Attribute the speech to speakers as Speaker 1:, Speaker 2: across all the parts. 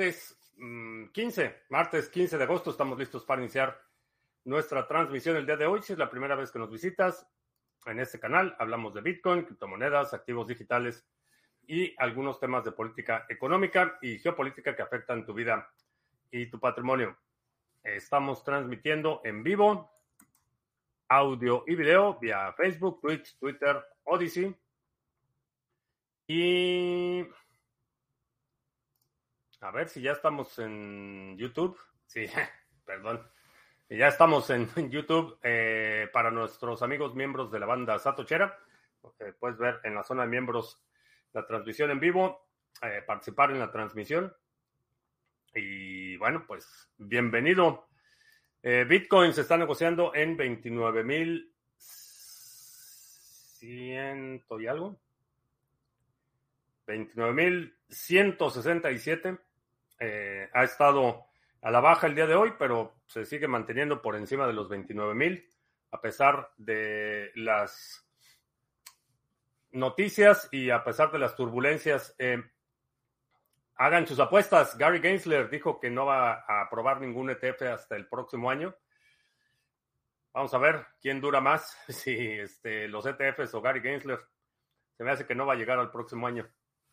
Speaker 1: martes 15 de agosto. Estamos listos para iniciar nuestra transmisión el día de hoy. Si es la primera vez que nos visitas en este canal, hablamos de Bitcoin, criptomonedas, activos digitales y algunos temas de política económica y geopolítica que afectan tu vida y tu patrimonio. Estamos transmitiendo en vivo, audio y video vía Facebook, Twitch, Twitter, Odyssey y a ver si ya estamos en YouTube. Sí, perdón. Ya estamos en YouTube para nuestros amigos miembros de la banda Satochera. Puedes ver en la zona de miembros la transmisión en vivo, participar en la transmisión. Y bueno, pues bienvenido. Bitcoin se está negociando en 29,100 y algo. 29,167. Ha estado a la baja el día de hoy, pero se sigue manteniendo por encima de los 29,000, a pesar de las noticias y a pesar de las turbulencias. Hagan sus apuestas. Gary Gensler dijo que no va a aprobar ningún ETF hasta el próximo año. Vamos a ver quién dura más, si los ETFs o Gary Gensler. Se me hace que no va a llegar al próximo año.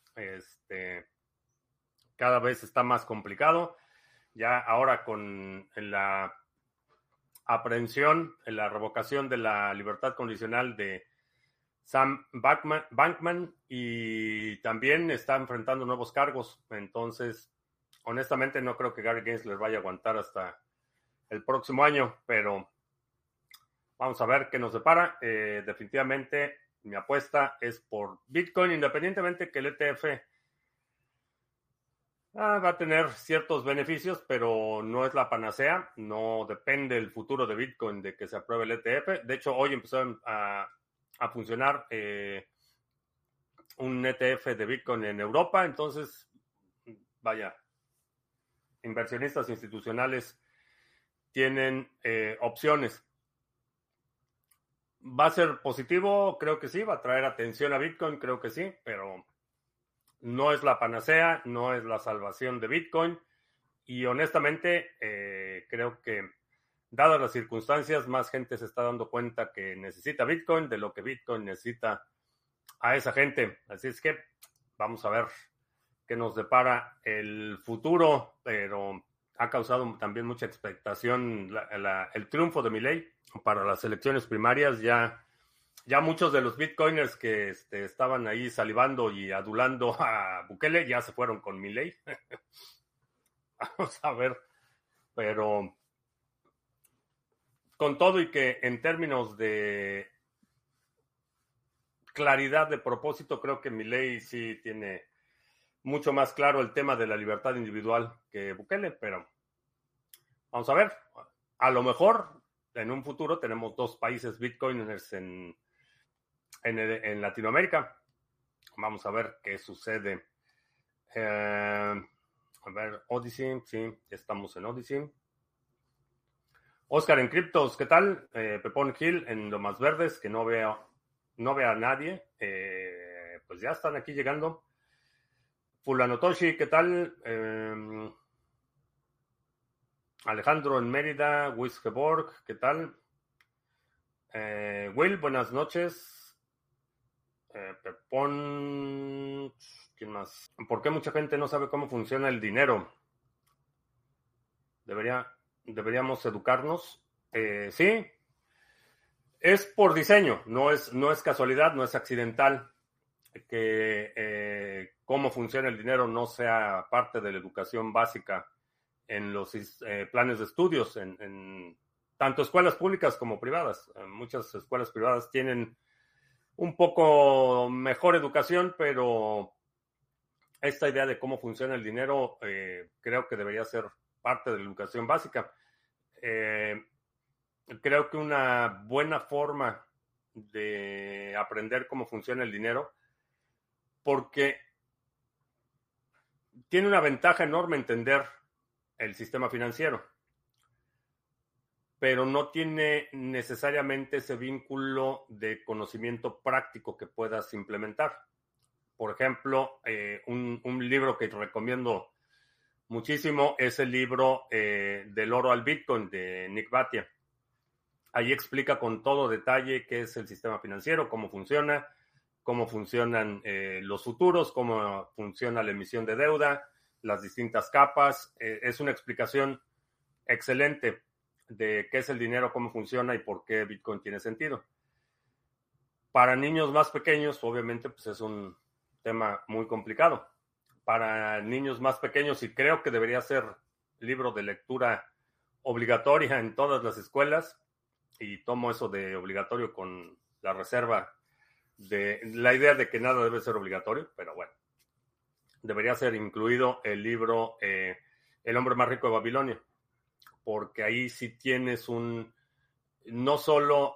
Speaker 1: Cada vez está más complicado. Ya ahora con la aprehensión, la revocación de la libertad condicional de Sam Bankman y también está enfrentando nuevos cargos. Entonces, honestamente no creo que Gary Gensler vaya a aguantar hasta el próximo año, pero vamos a ver qué nos depara. Definitivamente mi apuesta es por Bitcoin, independientemente que el ETF va a tener ciertos beneficios, pero no es la panacea. No depende el futuro de Bitcoin de que se apruebe el ETF. De hecho, hoy empezó a funcionar un ETF de Bitcoin en Europa. Entonces, vaya, inversionistas institucionales tienen opciones. ¿Va a ser positivo? Creo que sí. ¿Va a traer atención a Bitcoin? Creo que sí, pero no es la panacea, no es la salvación de Bitcoin. Y honestamente, creo que, dadas las circunstancias, más gente se está dando cuenta que necesita Bitcoin de lo que Bitcoin necesita a esa gente. Así es que vamos a ver qué nos depara el futuro, pero ha causado también mucha expectación el triunfo de Milei para las elecciones primarias. Ya muchos de los bitcoiners que estaban ahí salivando y adulando a Bukele ya se fueron con Milei. Vamos a ver, pero con todo y que en términos de claridad de propósito, creo que Milei sí tiene mucho más claro el tema de la libertad individual que Bukele, pero vamos a ver. A lo mejor en un futuro tenemos dos países bitcoiners en Latinoamérica. Vamos a ver qué sucede. A ver, Odyssey, sí, estamos en Odyssey. Oscar en Criptos, ¿qué tal? Pepón Gil en Lo Más Verdes, que no vea a nadie. Pues ya están aquí llegando. Fulano Toshi, ¿qué tal? Alejandro en Mérida, Wisgeborg, ¿qué tal? Will, buenas noches. Pepón, ¿quién más? ¿Por qué mucha gente no sabe cómo funciona el dinero? Deberíamos educarnos. Sí, es por diseño, no es casualidad, no es accidental que cómo funciona el dinero no sea parte de la educación básica en los planes de estudios, en tanto escuelas públicas como privadas. Muchas escuelas privadas tienen un poco mejor educación, pero esta idea de cómo funciona el dinero creo que debería ser parte de la educación básica. Creo que una buena forma de aprender cómo funciona el dinero, porque tiene una ventaja enorme entender el sistema financiero, pero no tiene necesariamente ese vínculo de conocimiento práctico que puedas implementar. Por ejemplo, un libro que recomiendo muchísimo es el libro Del oro al Bitcoin de Nick Batia. Ahí explica con todo detalle qué es el sistema financiero, cómo funcionan los futuros, cómo funciona la emisión de deuda, las distintas capas. Es una explicación excelente de qué es el dinero, cómo funciona y por qué Bitcoin tiene sentido. Para niños más pequeños, obviamente, pues es un tema muy complicado. Para niños más pequeños, y creo que debería ser libro de lectura obligatoria en todas las escuelas, y tomo eso de obligatorio con la reserva de la idea de que nada debe ser obligatorio, pero bueno, debería ser incluido el libro El hombre más rico de Babilonia, porque ahí sí tienes no solo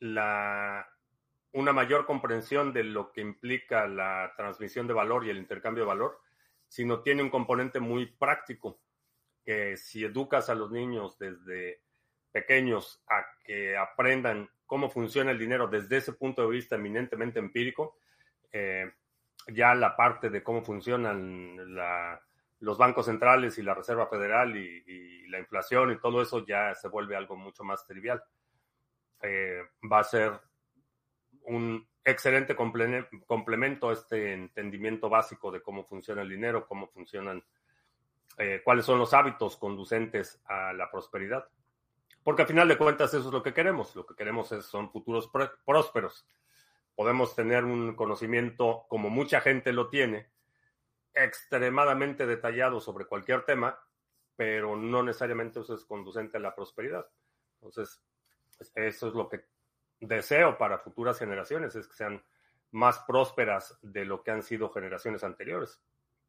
Speaker 1: una mayor comprensión de lo que implica la transmisión de valor y el intercambio de valor, sino tiene un componente muy práctico, que si educas a los niños desde pequeños a que aprendan cómo funciona el dinero desde ese punto de vista eminentemente empírico, ya la parte de cómo funcionan los bancos centrales y la Reserva Federal y la inflación y todo eso ya se vuelve algo mucho más trivial. Va a ser un excelente complemento a este entendimiento básico de cómo funciona el dinero, cómo funcionan, cuáles son los hábitos conducentes a la prosperidad. Porque al final de cuentas eso es lo que queremos. Lo que queremos son futuros prósperos. Podemos tener un conocimiento, como mucha gente lo tiene, extremadamente detallado sobre cualquier tema, pero no necesariamente eso es conducente a la prosperidad. Entonces, eso es lo que deseo para futuras generaciones, es que sean más prósperas de lo que han sido generaciones anteriores.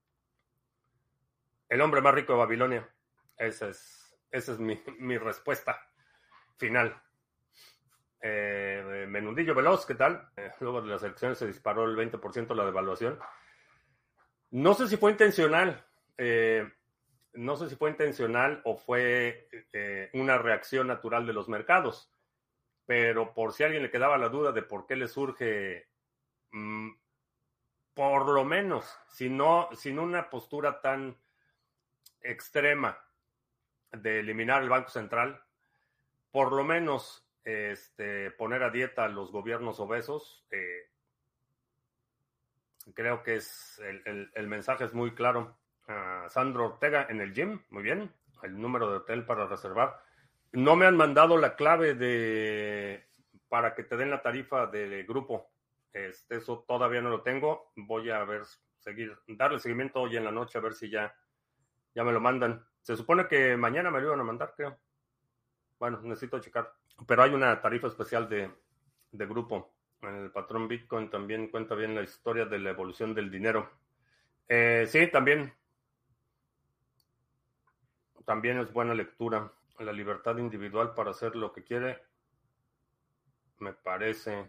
Speaker 1: El hombre más rico de Babilonia. Esa es mi respuesta final. Menudillo Veloz, ¿qué tal? Luego de las elecciones se disparó el 20% la devaluación. No sé si fue intencional. No sé si fue intencional o fue una reacción natural de los mercados. Pero por si a alguien le quedaba la duda de por qué le surge, por lo menos, sin una postura tan extrema de eliminar el Banco Central, por lo menos poner a dieta a los gobiernos obesos, creo que el mensaje es muy claro. Sandro Ortega en el gym, muy bien, el número de hotel para reservar. No me han mandado la clave para que te den la tarifa de grupo. Eso todavía no lo tengo. Voy a darle seguimiento hoy en la noche a ver si ya me lo mandan. Se supone que mañana me lo iban a mandar, creo. Bueno, necesito checar. Pero hay una tarifa especial de grupo. El patrón Bitcoin también cuenta bien la historia de la evolución del dinero. Sí, también es buena lectura. La libertad individual para hacer lo que quiere, me parece.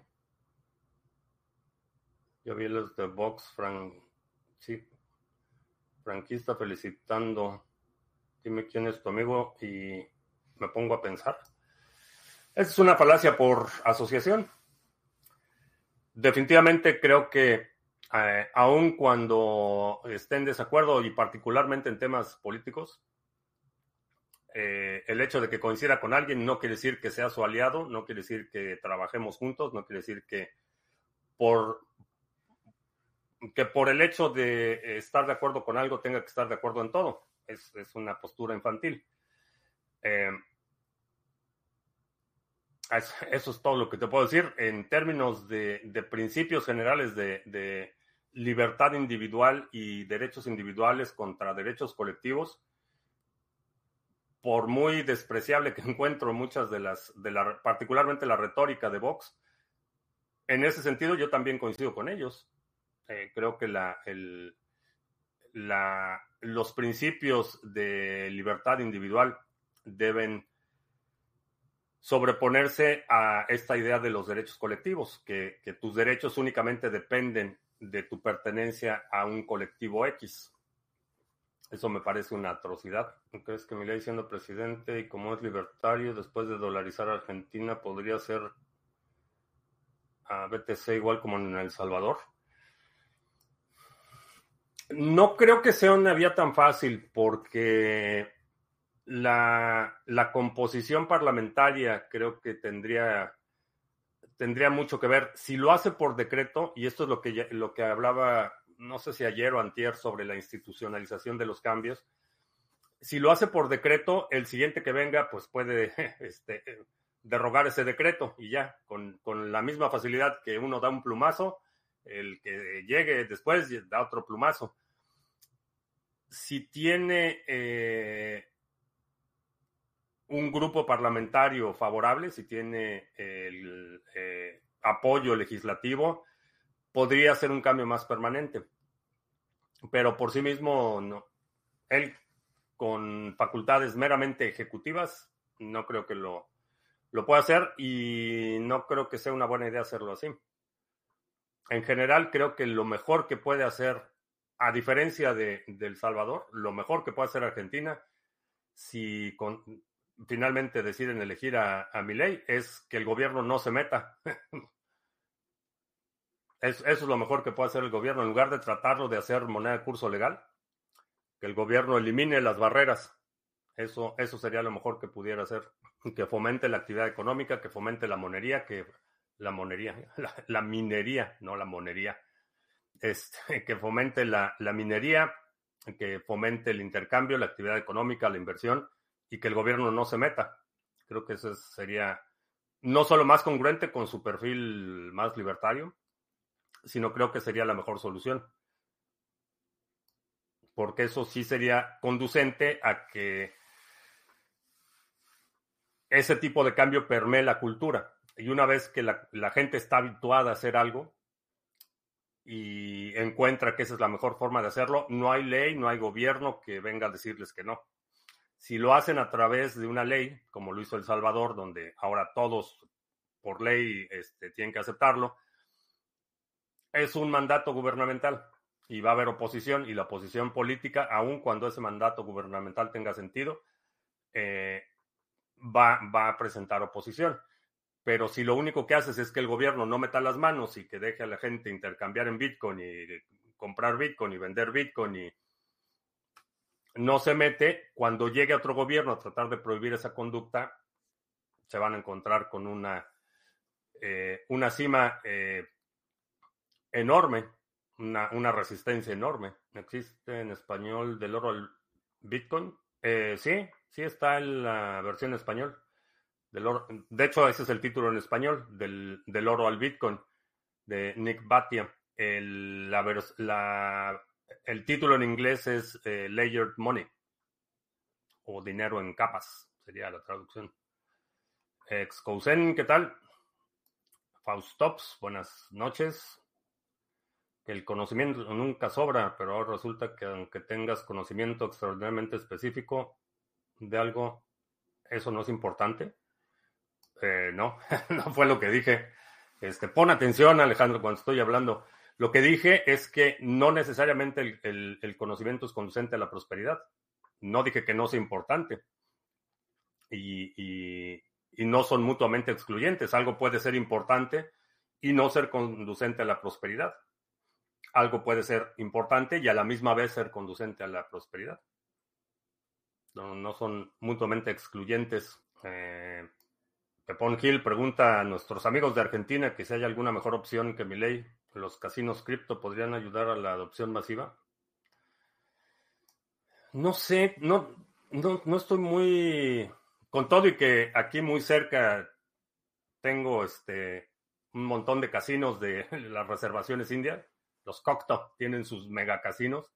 Speaker 1: Yo vi los de Vox, sí, franquista felicitando. Dime quién es tu amigo y me pongo a pensar. Esa es una falacia por asociación. Definitivamente creo que aun cuando esté en desacuerdo y particularmente en temas políticos, el hecho de que coincida con alguien no quiere decir que sea su aliado, no quiere decir que trabajemos juntos, no quiere decir que por el hecho de estar de acuerdo con algo tenga que estar de acuerdo en todo. Es una postura infantil. Eso es todo lo que te puedo decir. En términos de principios generales de libertad individual y derechos individuales contra derechos colectivos, por muy despreciable que encuentro muchas particularmente la retórica de Vox, en ese sentido yo también coincido con ellos. Creo que los principios de libertad individual deben sobreponerse a esta idea de los derechos colectivos, que tus derechos únicamente dependen de tu pertenencia a un colectivo X. Eso me parece una atrocidad. ¿Crees que Milei siendo presidente y como es libertario, después de dolarizar a Argentina, podría ser a BTC igual como en El Salvador? No creo que sea una vía tan fácil porque la composición parlamentaria creo que tendría mucho que ver. Si lo hace por decreto, y esto es lo que hablaba, no sé si ayer o antier, sobre la institucionalización de los cambios, si lo hace por decreto, el siguiente que venga, pues puede derrogar ese decreto y ya, con la misma facilidad que uno da un plumazo, el que llegue después da otro plumazo. Si tiene un grupo parlamentario favorable, si tiene el apoyo legislativo, podría ser un cambio más permanente. Pero por sí mismo, no. Él, con facultades meramente ejecutivas, no creo que lo pueda hacer y no creo que sea una buena idea hacerlo así. En general, creo que lo mejor que puede hacer, a diferencia de El Salvador, lo mejor que puede hacer Argentina, si finalmente deciden elegir a Milei, es que el gobierno no se meta. Eso es lo mejor que puede hacer el gobierno, en lugar de tratarlo de hacer moneda de curso legal, que el gobierno elimine las barreras. Eso sería lo mejor que pudiera hacer, que fomente la actividad económica, que fomente la monería, la minería, no la monería, que fomente la minería, que fomente el intercambio, la actividad económica, la inversión y que el gobierno no se meta. Creo que eso sería no solo más congruente con su perfil más libertario, sino creo que sería la mejor solución, porque eso sí sería conducente a que ese tipo de cambio permee la cultura. Y una vez que la gente está habituada a hacer algo y encuentra que esa es la mejor forma de hacerlo, no hay ley, no hay gobierno que venga a decirles que no. Si lo hacen a través de una ley, como lo hizo El Salvador, donde ahora todos por ley tienen que aceptarlo, es un mandato gubernamental y va a haber oposición y la oposición política, aun cuando ese mandato gubernamental tenga sentido, eh, va a presentar oposición. Pero si lo único que haces es que el gobierno no meta las manos y que deje a la gente intercambiar en Bitcoin y comprar Bitcoin y vender Bitcoin y no se mete, cuando llegue otro gobierno a tratar de prohibir esa conducta, se van a encontrar con una cima enorme, una resistencia enorme. ¿Existe en español del oro al Bitcoin? Sí, sí está en la versión en español. De hecho, ese es el título en español, del oro al Bitcoin, de Nick Batia. El título en inglés es Layered Money, o dinero en capas, sería la traducción. Excousen, ¿qué tal? Faustops, buenas noches. El conocimiento nunca sobra, pero ahora resulta que aunque tengas conocimiento extraordinariamente específico de algo, eso no es importante. No, no fue lo que dije. Pon atención, Alejandro, cuando estoy hablando. Lo que dije es que no necesariamente el conocimiento es conducente a la prosperidad. No dije que no sea importante. Y no son mutuamente excluyentes. Algo puede ser importante y no ser conducente a la prosperidad. Algo puede ser importante y a la misma vez ser conducente a la prosperidad. No son mutuamente excluyentes. Pepón Gil pregunta a nuestros amigos de Argentina que si hay alguna mejor opción que Milei. ¿Los casinos cripto podrían ayudar a la adopción masiva? No sé, no estoy muy... Con todo y que aquí muy cerca tengo un montón de casinos de las reservaciones indias. Los Cocteau tienen sus mega casinos.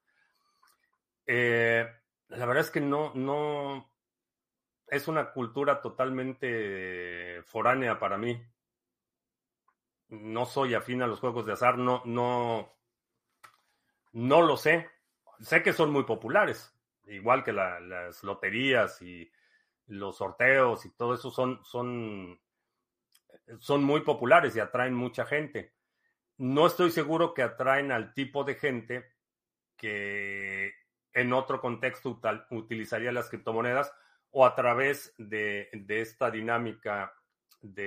Speaker 1: La verdad es que no, es una cultura totalmente foránea para mí. No soy afín a los juegos de azar, no lo sé. Sé que son muy populares, igual que las loterías y los sorteos y todo eso son muy populares y atraen mucha gente. No estoy seguro que atraen al tipo de gente que en otro contexto utilizaría las criptomonedas o a través de esta dinámica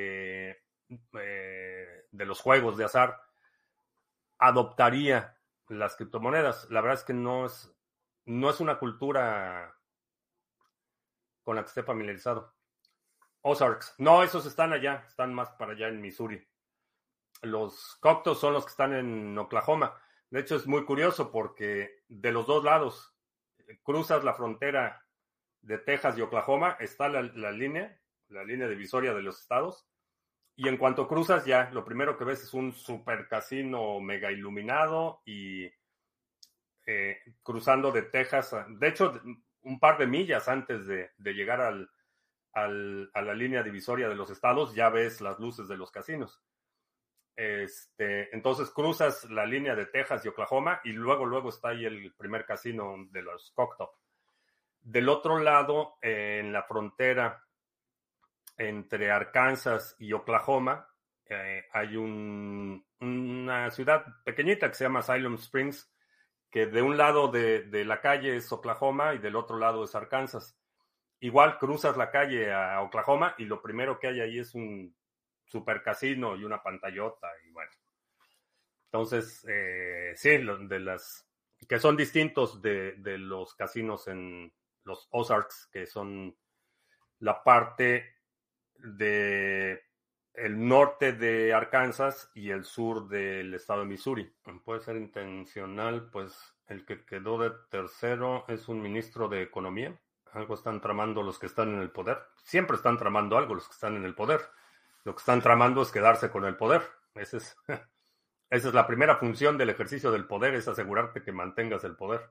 Speaker 1: de los juegos de azar adoptaría las criptomonedas. La verdad es que no es una cultura con la que esté familiarizado. Ozarks. No, esos están allá, están más para allá en Missouri. Los Coctos son los que están en Oklahoma. De hecho, es muy curioso porque de los dos lados cruzas la frontera de Texas y Oklahoma, está la línea divisoria de los estados. Y en cuanto cruzas, ya lo primero que ves es un super casino mega iluminado y cruzando de Texas. De hecho, un par de millas antes de llegar a la línea divisoria de los estados, ya ves las luces de los casinos. Entonces cruzas la línea de Texas y Oklahoma y luego está ahí el primer casino de los Cocteau. Del otro lado, en la frontera entre Arkansas y Oklahoma, hay una ciudad pequeñita que se llama Siloam Springs, que de un lado de la calle es Oklahoma y del otro lado es Arkansas. Igual cruzas la calle a Oklahoma y lo primero que hay ahí es un super casino y una pantallota y bueno. Entonces, sí, de las que son distintos de los casinos en los Ozarks, que son la parte de el norte de Arkansas y el sur del estado de Missouri. Puede ser intencional, pues el que quedó de tercero es un ministro de Economía. Algo están tramando los que están en el poder. Siempre están tramando algo los que están en el poder. Lo que están tramando es quedarse con el poder. Esa es la primera función del ejercicio del poder, es asegurarte que mantengas el poder.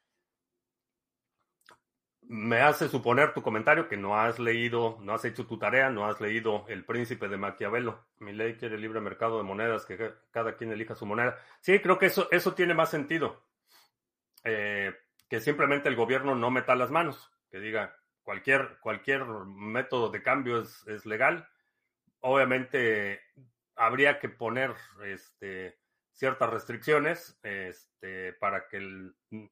Speaker 1: Me hace suponer tu comentario que no has leído, no has hecho tu tarea, no has leído El Príncipe de Maquiavelo. Milei quiere libre mercado de monedas, que cada quien elija su moneda. Sí, creo que eso tiene más sentido. Que simplemente el gobierno no meta las manos, que diga cualquier método de cambio es legal. Obviamente habría que poner ciertas restricciones para que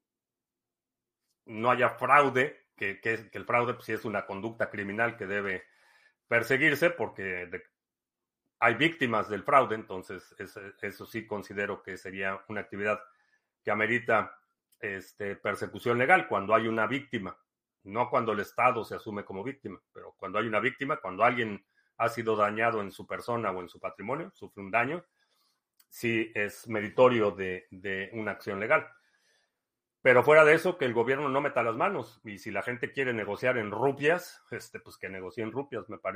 Speaker 1: no haya fraude, que el fraude pues, sí es una conducta criminal que debe perseguirse porque hay víctimas del fraude, entonces eso sí considero que sería una actividad que amerita persecución legal cuando hay una víctima, no cuando el Estado se asume como víctima, pero cuando hay una víctima, cuando alguien ha sido dañado en su persona o en su patrimonio, sufre un daño, sí es meritorio de una acción legal. Pero fuera de eso, que el gobierno no meta las manos. Y si la gente quiere negociar en rupias, pues que negocie en rupias, me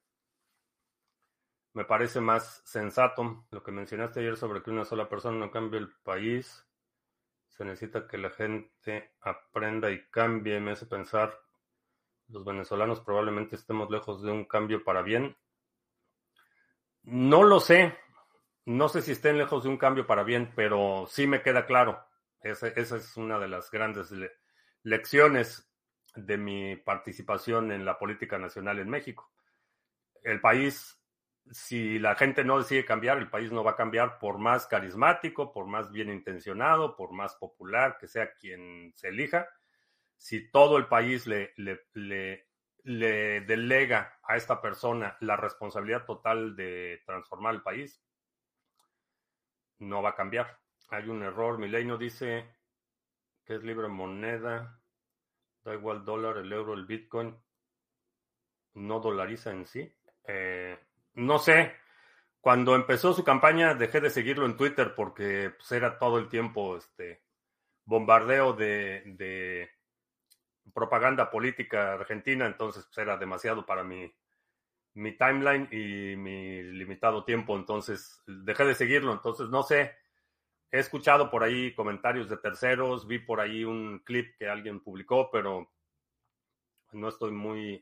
Speaker 1: parece más sensato. Lo que mencionaste ayer sobre que una sola persona no cambie el país, se necesita que la gente aprenda y cambie. Me hace pensar, los venezolanos probablemente estemos lejos de un cambio para bien. No lo sé. No sé si estén lejos de un cambio para bien, pero sí me queda claro. Esa es una de las grandes lecciones de mi participación en la política nacional en México. El país, si la gente no decide cambiar, el país no va a cambiar por más carismático, por más bien intencionado, por más popular que sea quien se elija. Si todo el país le delega a esta persona la responsabilidad total de transformar el país, no va a cambiar. Hay un error. Milei no dice que es libre moneda. Da igual dólar, el euro, el Bitcoin. No dolariza en sí. No sé. Cuando empezó su campaña dejé de seguirlo en Twitter porque pues, era todo el tiempo bombardeo de propaganda política argentina. Entonces pues, era demasiado para mi timeline y mi limitado tiempo. Entonces dejé de seguirlo. Entonces no sé. He escuchado por ahí comentarios de terceros, vi por ahí un clip que alguien publicó, pero no estoy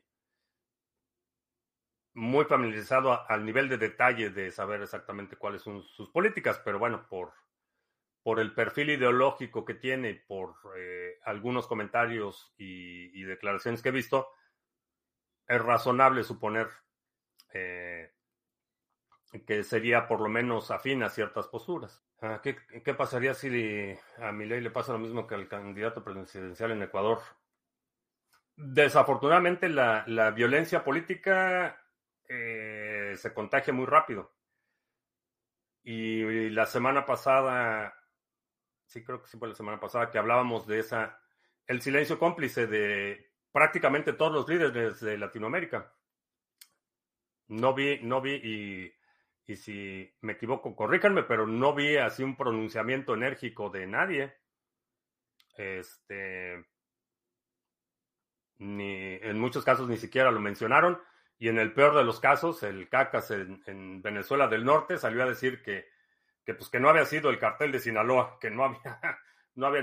Speaker 1: muy familiarizado al nivel de detalle de saber exactamente cuáles son sus políticas, pero bueno, por el perfil ideológico que tiene, por algunos comentarios y declaraciones que he visto, es razonable suponer eh, que sería por lo menos afín a ciertas posturas. ¿Qué pasaría si a Milei le pasa lo mismo que al candidato presidencial en Ecuador? Desafortunadamente, la violencia política se contagia muy rápido. Y la semana pasada Sí, creo que sí fue la semana pasada que hablábamos de el silencio cómplice de prácticamente todos los líderes de Latinoamérica. No vi, y si me equivoco, corríjanme, pero no vi así un pronunciamiento enérgico de nadie. Este, en muchos casos ni siquiera lo mencionaron. Y en el peor de los casos, el Cacas en Venezuela del Norte salió a decir pues que no había sido el cartel de Sinaloa, que no había, no había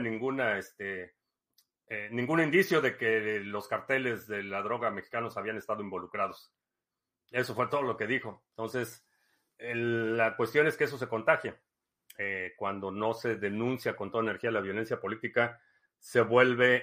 Speaker 1: ningún indicio de que los carteles de la droga mexicanos habían estado involucrados. Eso fue todo lo que dijo. Entonces, la cuestión es que eso se contagia. Cuando no se denuncia con toda energía la violencia política, se vuelve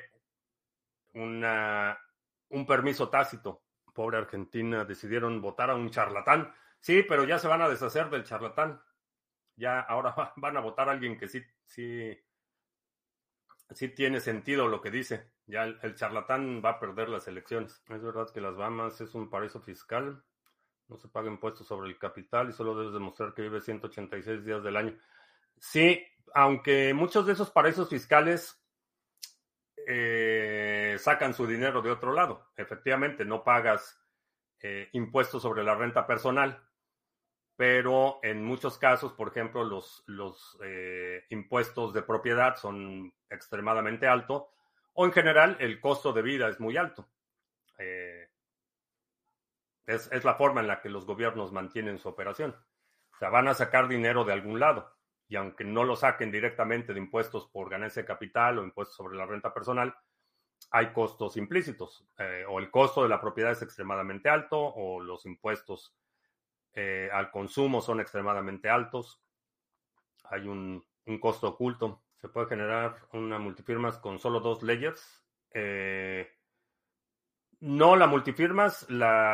Speaker 1: un permiso tácito. Pobre Argentina, decidieron votar a un charlatán. Sí, pero ya se van a deshacer del charlatán. Ya ahora van a votar a alguien que sí tiene sentido lo que dice. Ya el charlatán va a perder las elecciones. Es verdad que las Bahamas es un paraíso fiscal. No se paga impuestos sobre el capital y solo debes demostrar que vives 186 días del año. Sí, aunque muchos de esos paraísos fiscales sacan su dinero de otro lado. Efectivamente, no pagas impuestos sobre la renta personal, pero en muchos casos, por ejemplo, los impuestos de propiedad son extremadamente altos, o en general el costo de vida es muy alto. Es la forma en la que los gobiernos mantienen su operación. O sea, van a sacar dinero de algún lado, y aunque no lo saquen directamente de impuestos por ganancia de capital o impuestos sobre la renta personal, hay costos implícitos. O el costo de la propiedad es extremadamente alto, o los impuestos al consumo son extremadamente altos. Hay un costo oculto. Se puede generar una multifirmas con solo 2 layers. No, la multifirmas,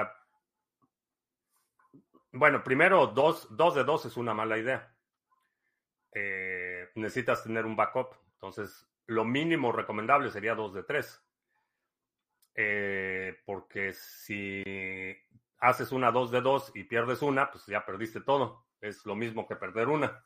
Speaker 1: bueno, primero, dos de dos es una mala idea. Necesitas tener un backup. Entonces, lo mínimo recomendable sería 2 de 3. Porque si haces una 2 de 2 y pierdes una, pues ya perdiste todo. Es lo mismo que perder una.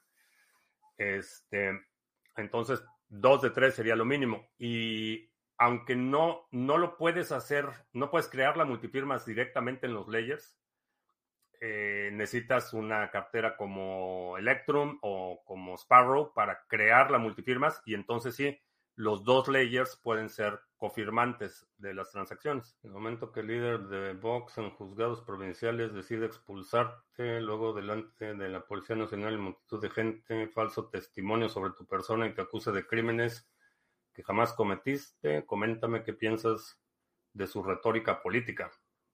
Speaker 1: Entonces, 2 de 3 sería lo mínimo. Y aunque no lo puedes hacer, no puedes crear la multifirmas directamente en los layers, necesitas una cartera como Electrum o como Sparrow para crear la multifirmas, y entonces sí, los 2 layers pueden ser cofirmantes de las transacciones. En el momento que el líder de Vox en juzgados provinciales decide expulsarte, luego delante de la Policía Nacional y multitud de gente, falso testimonio sobre tu persona y te acuse de crímenes que jamás cometiste, coméntame qué piensas de su retórica política.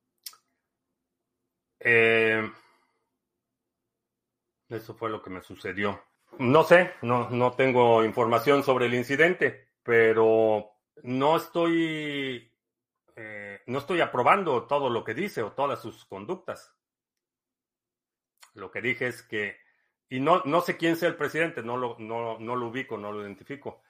Speaker 1: Eso fue lo que me sucedió. No sé, no tengo información sobre el incidente, pero no estoy aprobando todo lo que dice o todas sus conductas. Lo que dije es que, y no sé quién sea el presidente, no lo ubico, no lo identifico.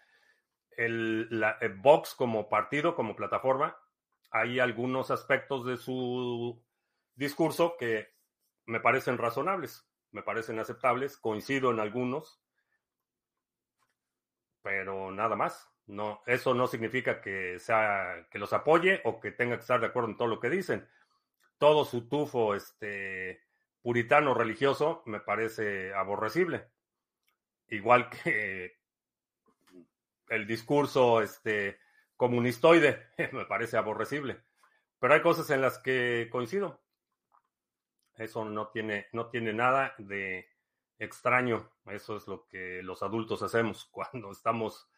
Speaker 1: Vox como partido, como plataforma, hay algunos aspectos de su discurso que me parecen razonables, me parecen aceptables, coincido en algunos, pero nada más. No, eso no significa que los apoye o que tenga que estar de acuerdo en todo lo que dicen. Todo su tufo puritano religioso me parece aborrecible. Igual que el discurso comunistoide me parece aborrecible. Pero hay cosas en las que coincido. Eso no tiene nada de extraño. Eso es lo que los adultos hacemos cuando estamos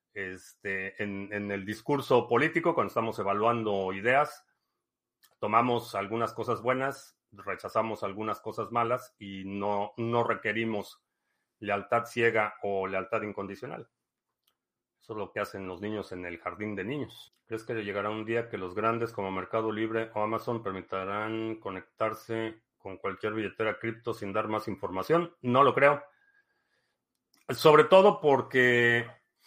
Speaker 1: en el discurso político, cuando estamos evaluando ideas. Tomamos algunas cosas buenas, rechazamos algunas cosas malas y no requerimos lealtad ciega o lealtad incondicional. Eso es lo que hacen los niños en el jardín de niños. ¿Crees que llegará un día que los grandes como Mercado Libre o Amazon permitirán conectarse con cualquier billetera cripto sin dar más información? No lo creo. Sobre todo porque,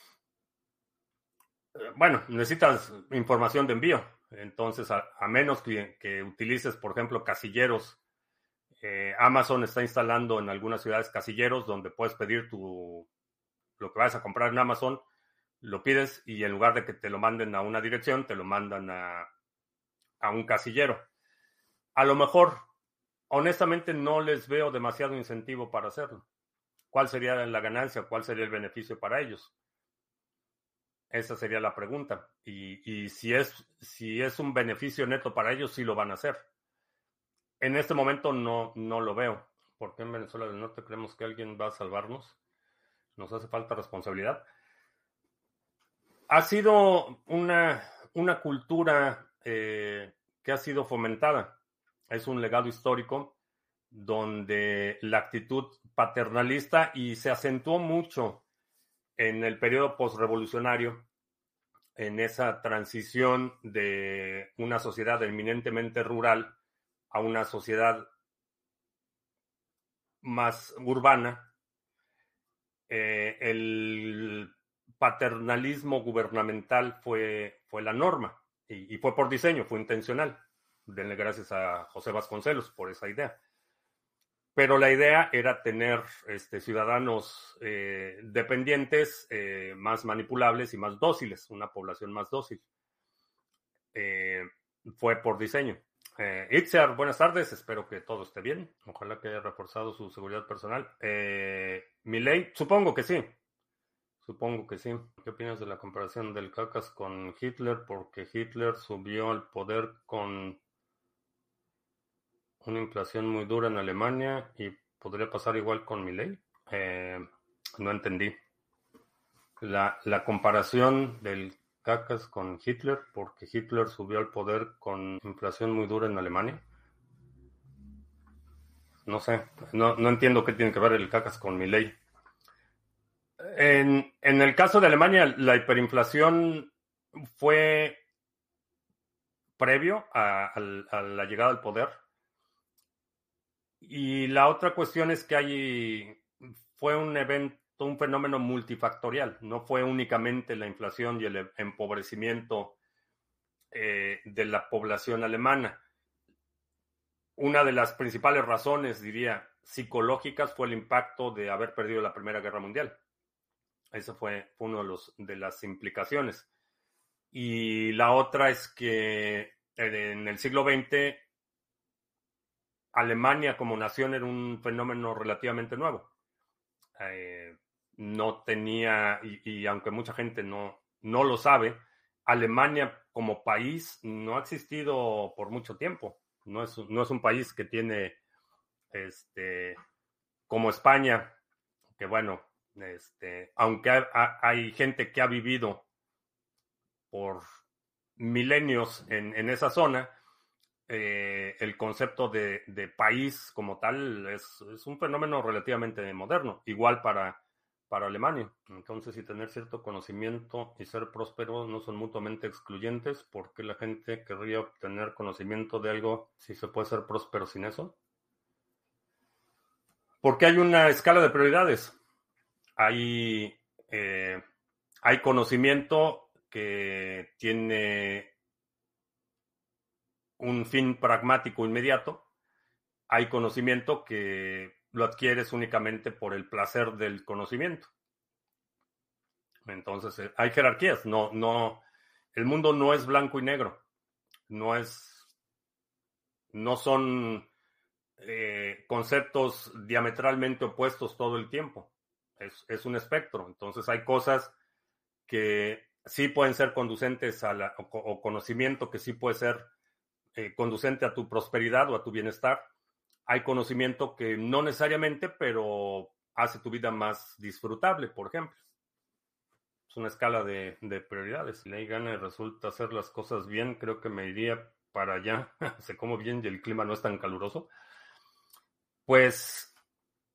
Speaker 1: bueno, necesitas información de envío. Entonces, a menos que utilices, por ejemplo, casilleros. Amazon está instalando en algunas ciudades casilleros donde puedes pedir lo que vas a comprar en Amazon, lo pides y en lugar de que te lo manden a una dirección, te lo mandan a un casillero. A lo mejor, honestamente, no les veo demasiado incentivo para hacerlo. ¿Cuál sería la ganancia? ¿Cuál sería el beneficio para ellos? Esa sería la pregunta. Y si es un beneficio neto para ellos, sí lo van a hacer. En este momento no lo veo. ¿Por qué en Venezuela del Norte creemos que alguien va a salvarnos? Nos hace falta responsabilidad. Ha sido una cultura que ha sido fomentada. Es un legado histórico donde la actitud paternalista y se acentuó mucho en el periodo postrevolucionario, en esa transición de una sociedad eminentemente rural a una sociedad más urbana. El paternalismo gubernamental fue la norma y fue por diseño, fue intencional. Denle gracias a José Vasconcelos por esa idea. Pero la idea era tener ciudadanos dependientes, más manipulables y más dóciles, una población más dócil. Fue por diseño. Itziar, buenas tardes, espero que todo esté bien. Ojalá que haya reforzado su seguridad personal. Milei, supongo que sí. Supongo que sí. ¿Qué opinas de la comparación del Cacas con Hitler? Porque Hitler subió al poder con una inflación muy dura en Alemania y podría pasar igual con Milei. No entendí. La comparación del Cacas con Hitler, porque Hitler subió al poder con inflación muy dura en Alemania. No sé, no entiendo qué tiene que ver el Cacas con Milei. En el caso de Alemania, la hiperinflación fue previo a la llegada al poder. Y la otra cuestión es que fue un evento, un fenómeno multifactorial. No fue únicamente la inflación y el empobrecimiento de la población alemana. Una de las principales razones, diría, psicológicas fue el impacto de haber perdido la Primera Guerra Mundial. Esa fue una de las implicaciones. Y la otra es que en el siglo XX Alemania como nación era un fenómeno relativamente nuevo. No tenía, y aunque mucha gente no lo sabe, Alemania como país no ha existido por mucho tiempo. No es un país que tiene, como España, que bueno, aunque hay gente que ha vivido por milenios en esa zona, el concepto de país como tal es un fenómeno relativamente moderno, igual para Alemania. Entonces, si tener cierto conocimiento y ser próspero no son mutuamente excluyentes, ¿por qué la gente querría obtener conocimiento de algo si se puede ser próspero sin eso? Porque hay una escala de prioridades. Hay, hay conocimiento que tiene un fin pragmático inmediato. Hay conocimiento que lo adquieres únicamente por el placer del conocimiento. Entonces, hay jerarquías. El mundo no es blanco y negro. No son conceptos diametralmente opuestos todo el tiempo. Es un espectro. Entonces, hay cosas que sí pueden ser conducentes o conocimiento que sí puede ser conducente a tu prosperidad o a tu bienestar. Hay conocimiento que no necesariamente, pero hace tu vida más disfrutable, por ejemplo. Es una escala de prioridades. Si ley gana y resulta hacer las cosas bien, creo que me iría para allá. Se come bien y el clima no es tan caluroso. Pues,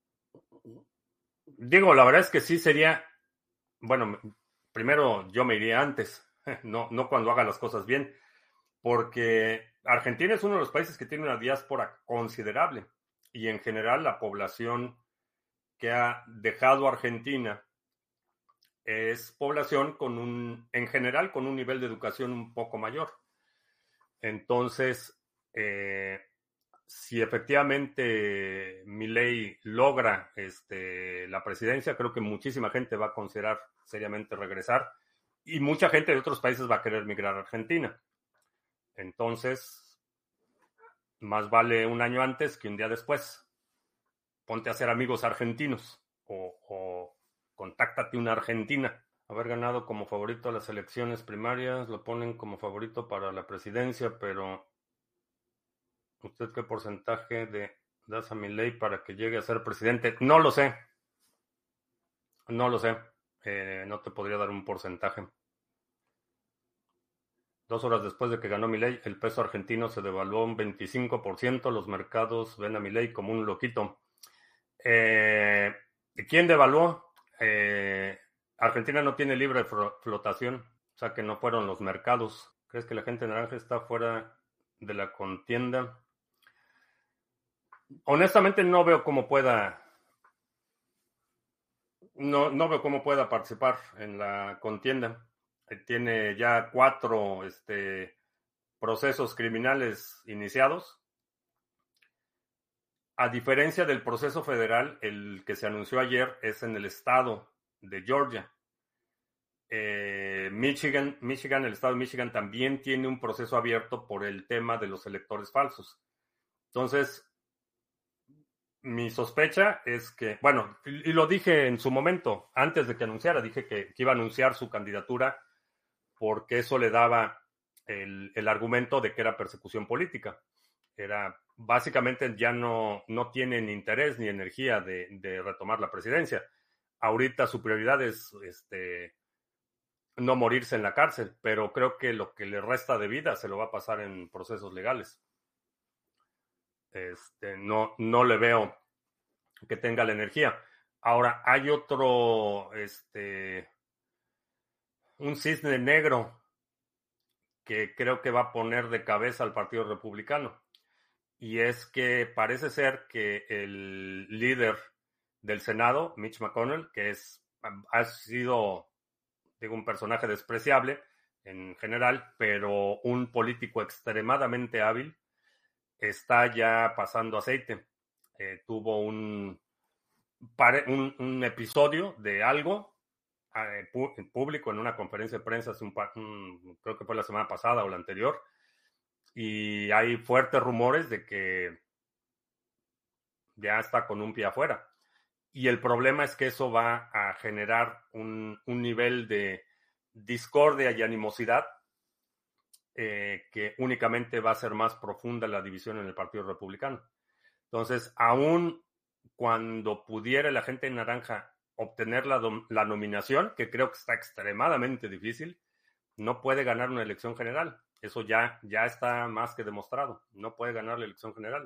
Speaker 1: digo, la verdad es que sí sería, bueno, primero yo me iría antes, no cuando haga las cosas bien, porque Argentina es uno de los países que tiene una diáspora considerable y en general la población que ha dejado Argentina es población en general, con un nivel de educación un poco mayor. Entonces, si efectivamente Milei logra la presidencia, creo que muchísima gente va a considerar seriamente regresar y mucha gente de otros países va a querer migrar a Argentina. Entonces, más vale un año antes que un día después. Ponte a ser amigos argentinos o contáctate una argentina. Haber ganado como favorito a las elecciones primarias, lo ponen como favorito para la presidencia, pero ¿usted qué porcentaje das a Milei para que llegue a ser presidente? No lo sé, no lo sé. No te podría dar un porcentaje. 2 horas después de que ganó Milei, el peso argentino se devaluó un 25%. Los mercados ven a Milei como un loquito. ¿Quién devaluó? Argentina no tiene libre flotación, o sea que no fueron los mercados. ¿Crees que la gente naranja está fuera de la contienda? Honestamente no veo cómo pueda, no veo cómo pueda participar en la contienda. Tiene ya 4 procesos criminales iniciados. A diferencia del proceso federal, el que se anunció ayer es en el estado de Georgia. Michigan, el estado de Michigan también tiene un proceso abierto por el tema de los electores falsos. Entonces, mi sospecha es que, bueno, y lo dije en su momento, antes de que anunciara, dije que iba a anunciar su candidatura porque eso le daba el argumento de que era persecución política. Era, básicamente ya no tienen interés ni energía de retomar la presidencia. Ahorita su prioridad es no morirse en la cárcel, pero creo que lo que le resta de vida se lo va a pasar en procesos legales. No le veo que tenga la energía. Ahora, hay un cisne negro que creo que va a poner de cabeza al Partido Republicano. Y es que parece ser que el líder del Senado, Mitch McConnell, que ha sido, digo, un personaje despreciable en general, pero un político extremadamente hábil, está ya pasando aceite. Tuvo un episodio de algo en público en una conferencia de prensa, creo que fue la semana pasada o la anterior, y hay fuertes rumores de que ya está con un pie afuera. Y el problema es que eso va a generar un nivel de discordia y animosidad que únicamente va a ser más profunda la división en el Partido Republicano. Entonces, aún cuando pudiera la gente en naranja obtener la nominación, que creo que está extremadamente difícil, no puede ganar una elección general. Eso ya está más que demostrado. No puede ganar la elección general.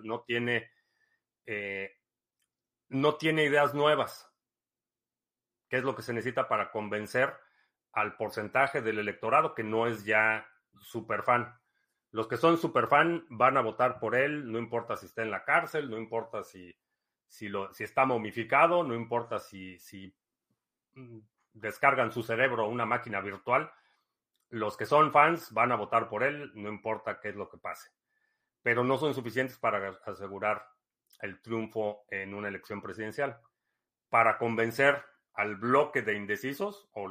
Speaker 1: No tiene ideas nuevas, que es lo que se necesita para convencer al porcentaje del electorado que no es ya super fan. Los que son super fan van a votar por él, no importa si está en la cárcel, no importa si está momificado, no importa si descargan su cerebro a una máquina virtual. Los que son fans van a votar por él, no importa qué es lo que pase. Pero no son suficientes para asegurar el triunfo en una elección presidencial. Para convencer al bloque de indecisos o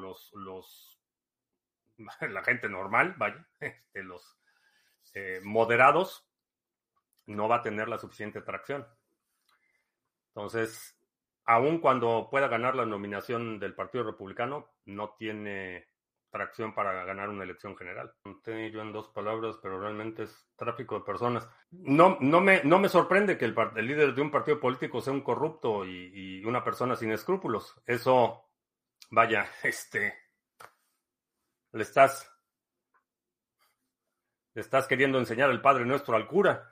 Speaker 1: la gente normal, vaya, los moderados, no va a tener la suficiente tracción. Entonces, aun cuando pueda ganar la nominación del Partido Republicano, no tiene tracción para ganar una elección general. Conté yo en 2 palabras, pero realmente es tráfico de personas. No me sorprende que el líder de un partido político sea un corrupto y una persona sin escrúpulos. Eso, vaya, le estás queriendo enseñar el Padre Nuestro al cura.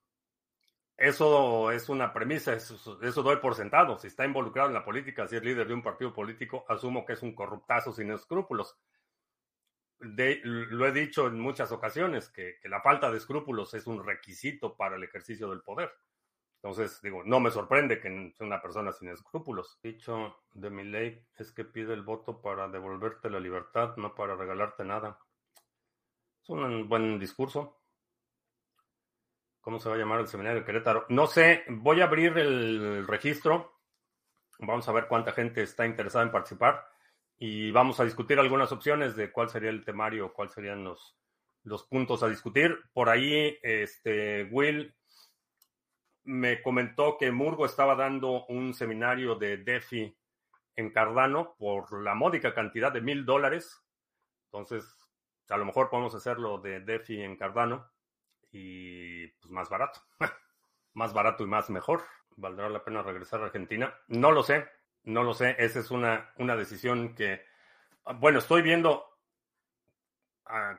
Speaker 1: Eso es una premisa, eso doy por sentado. Si está involucrado en la política, si es líder de un partido político, asumo que es un corruptazo sin escrúpulos. Lo he dicho en muchas ocasiones, que la falta de escrúpulos es un requisito para el ejercicio del poder. Entonces, digo, no me sorprende que sea una persona sin escrúpulos. Dicho de mi ley es que pide el voto para devolverte la libertad, no para regalarte nada. Es un buen discurso. ¿Cómo se va a llamar el seminario de Querétaro? No sé, voy a abrir el registro. Vamos a ver cuánta gente está interesada en participar y vamos a discutir algunas opciones de cuál sería el temario, cuáles serían los puntos a discutir. Por ahí, Will me comentó que Murgo estaba dando un seminario de DeFi en Cardano por la módica cantidad de $1,000. Entonces, a lo mejor podemos hacerlo de DeFi en Cardano y pues más barato. Más barato y más mejor. ¿Valdrá la pena regresar a Argentina? No lo sé, no lo sé. Esa es una decisión que, bueno, estoy viendo, ah,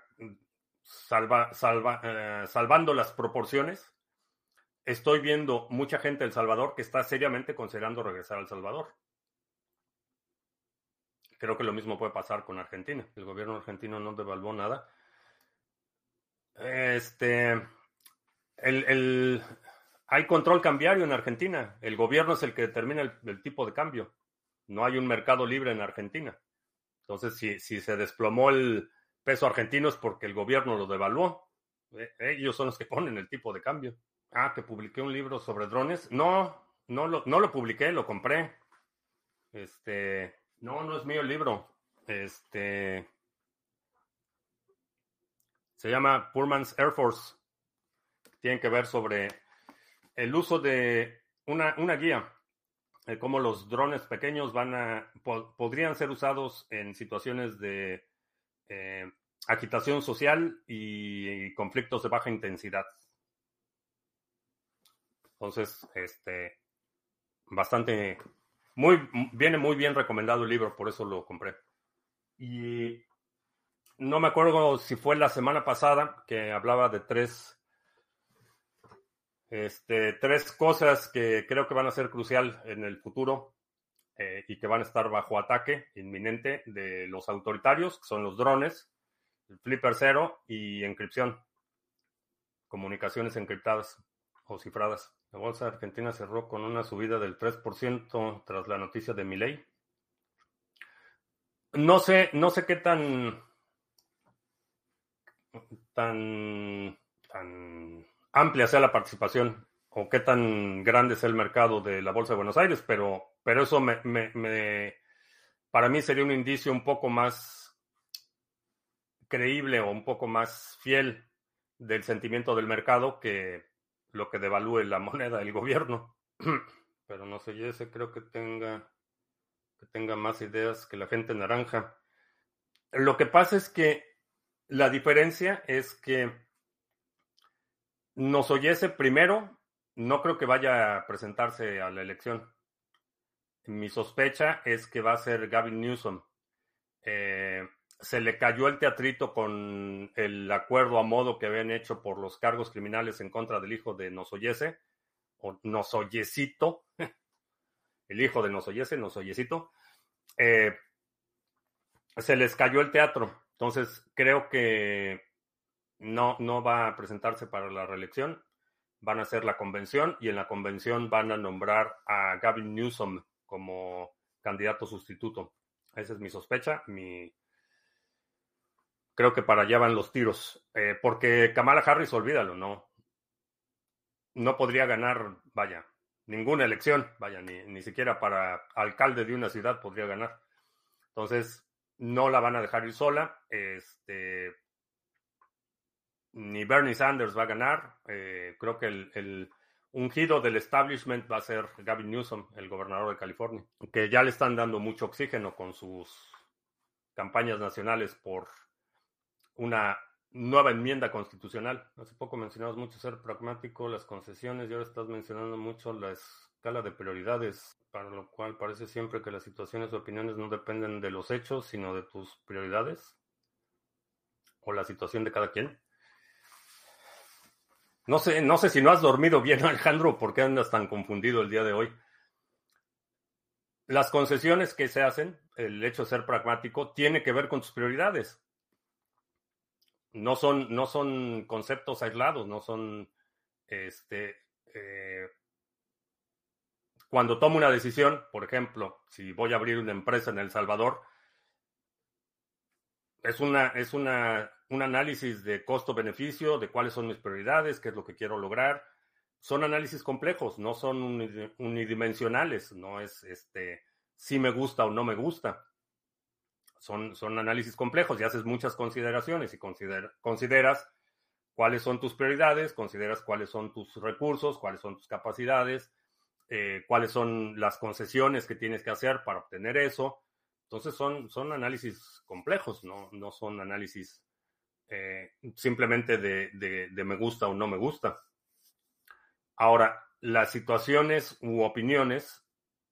Speaker 1: salvando las proporciones. Estoy viendo mucha gente de El Salvador que está seriamente considerando regresar a El Salvador. Creo que lo mismo puede pasar con Argentina. El gobierno argentino no devaluó nada. Hay control cambiario en Argentina. El gobierno es el que determina el tipo de cambio. No hay un mercado libre en Argentina. Entonces, si se desplomó el peso argentino es porque el gobierno lo devaluó. Ellos son los que ponen el tipo de cambio. Ah, que publiqué un libro sobre drones. No lo publiqué, lo compré. No es mío el libro. Se llama Poor Man's Air Force. Tiene que ver sobre el uso de una guía, cómo los drones pequeños podrían ser usados en situaciones de agitación social y conflictos de baja intensidad. Entonces, viene muy bien recomendado el libro, por eso lo compré. Y no me acuerdo si fue la semana pasada que hablaba de tres cosas que creo que van a ser crucial en el futuro y que van a estar bajo ataque inminente de los autoritarios, que son los drones, el Flipper cero y encripción, comunicaciones encriptadas o cifradas. La bolsa argentina cerró con una subida del 3% tras la noticia de Milei. No sé qué tan amplia sea la participación o qué tan grande sea el mercado de la Bolsa de Buenos Aires, pero eso para mí sería un indicio un poco más creíble o un poco más fiel del sentimiento del mercado que lo que devalúe la moneda del gobierno. Pero no sé, yo ese creo que tenga más ideas que la gente naranja. Lo que pasa es que la diferencia es que nos oyese primero, no creo que vaya a presentarse a la elección. Mi sospecha es que va a ser Gavin Newsom. Se le cayó el teatrito con el acuerdo a modo que habían hecho por los cargos criminales en contra del hijo de Nosoyese, o Nosoyecito, el hijo de Nosoyecito. Se les cayó el teatro. Entonces, creo que no va a presentarse para la reelección. Van a hacer la convención y en la convención van a nombrar a Gavin Newsom como candidato sustituto. Esa es mi sospecha. Creo que para allá van los tiros. Porque Kamala Harris, olvídalo, no podría ganar, vaya, ninguna elección, vaya, ni siquiera para alcalde de una ciudad podría ganar. Entonces, no la van a dejar ir sola. Ni Bernie Sanders va a ganar. Creo que el ungido del establishment va a ser Gavin Newsom, el gobernador de California, que ya le están dando mucho oxígeno con sus campañas nacionales por una nueva enmienda constitucional. Hace poco mencionabas mucho ser pragmático, las concesiones, y ahora estás mencionando mucho la escala de prioridades, para lo cual parece siempre que las situaciones o opiniones no dependen de los hechos, sino de tus prioridades o la situación de cada quien. No sé si no has dormido bien, Alejandro, ¿por qué andas tan confundido el día de hoy? Las concesiones que se hacen, el hecho de ser pragmático, tiene que ver con tus prioridades. No son conceptos aislados, no son, cuando tomo una decisión, por ejemplo, si voy a abrir una empresa en El Salvador, un análisis de costo-beneficio, de cuáles son mis prioridades, qué es lo que quiero lograr. Son análisis complejos, no son unidimensionales, no es si me gusta o no me gusta. Son análisis complejos y haces muchas consideraciones y consideras cuáles son tus prioridades, consideras cuáles son tus recursos, cuáles son tus capacidades, cuáles son las concesiones que tienes que hacer para obtener eso. Entonces son análisis complejos, no son análisis simplemente de me gusta o no me gusta. Ahora, las situaciones u opiniones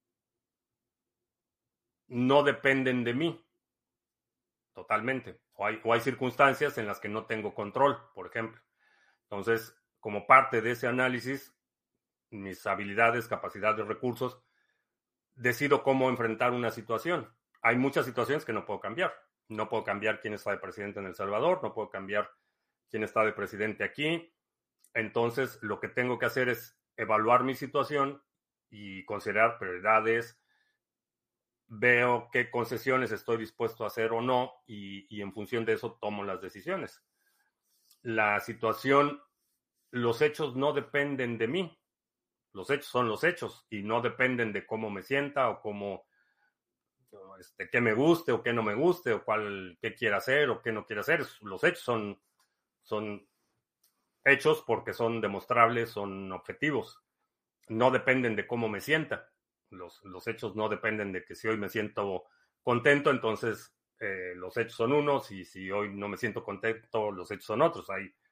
Speaker 1: no dependen de mí totalmente. O hay circunstancias en las que no tengo control, por ejemplo. Entonces, como parte de ese análisis, mis habilidades, capacidades, recursos, decido cómo enfrentar una situación. Hay muchas situaciones que no puedo cambiar. No puedo cambiar quién está de presidente en El Salvador, no puedo cambiar quién está de presidente aquí. Entonces, lo que tengo que hacer es evaluar mi situación y considerar prioridades. Veo qué concesiones estoy dispuesto a hacer o no y en función de eso tomo las decisiones. La situación, los hechos no dependen de mí. Los hechos son los hechos y no dependen de cómo me sienta o cómo, qué me guste o qué no me guste o qué quiera hacer o qué no quiera hacer. Los hechos son hechos porque son demostrables, son objetivos. No dependen de cómo me sienta. Los hechos no dependen de que si hoy me siento contento, entonces los hechos son unos y si hoy no me siento contento, los hechos son otros.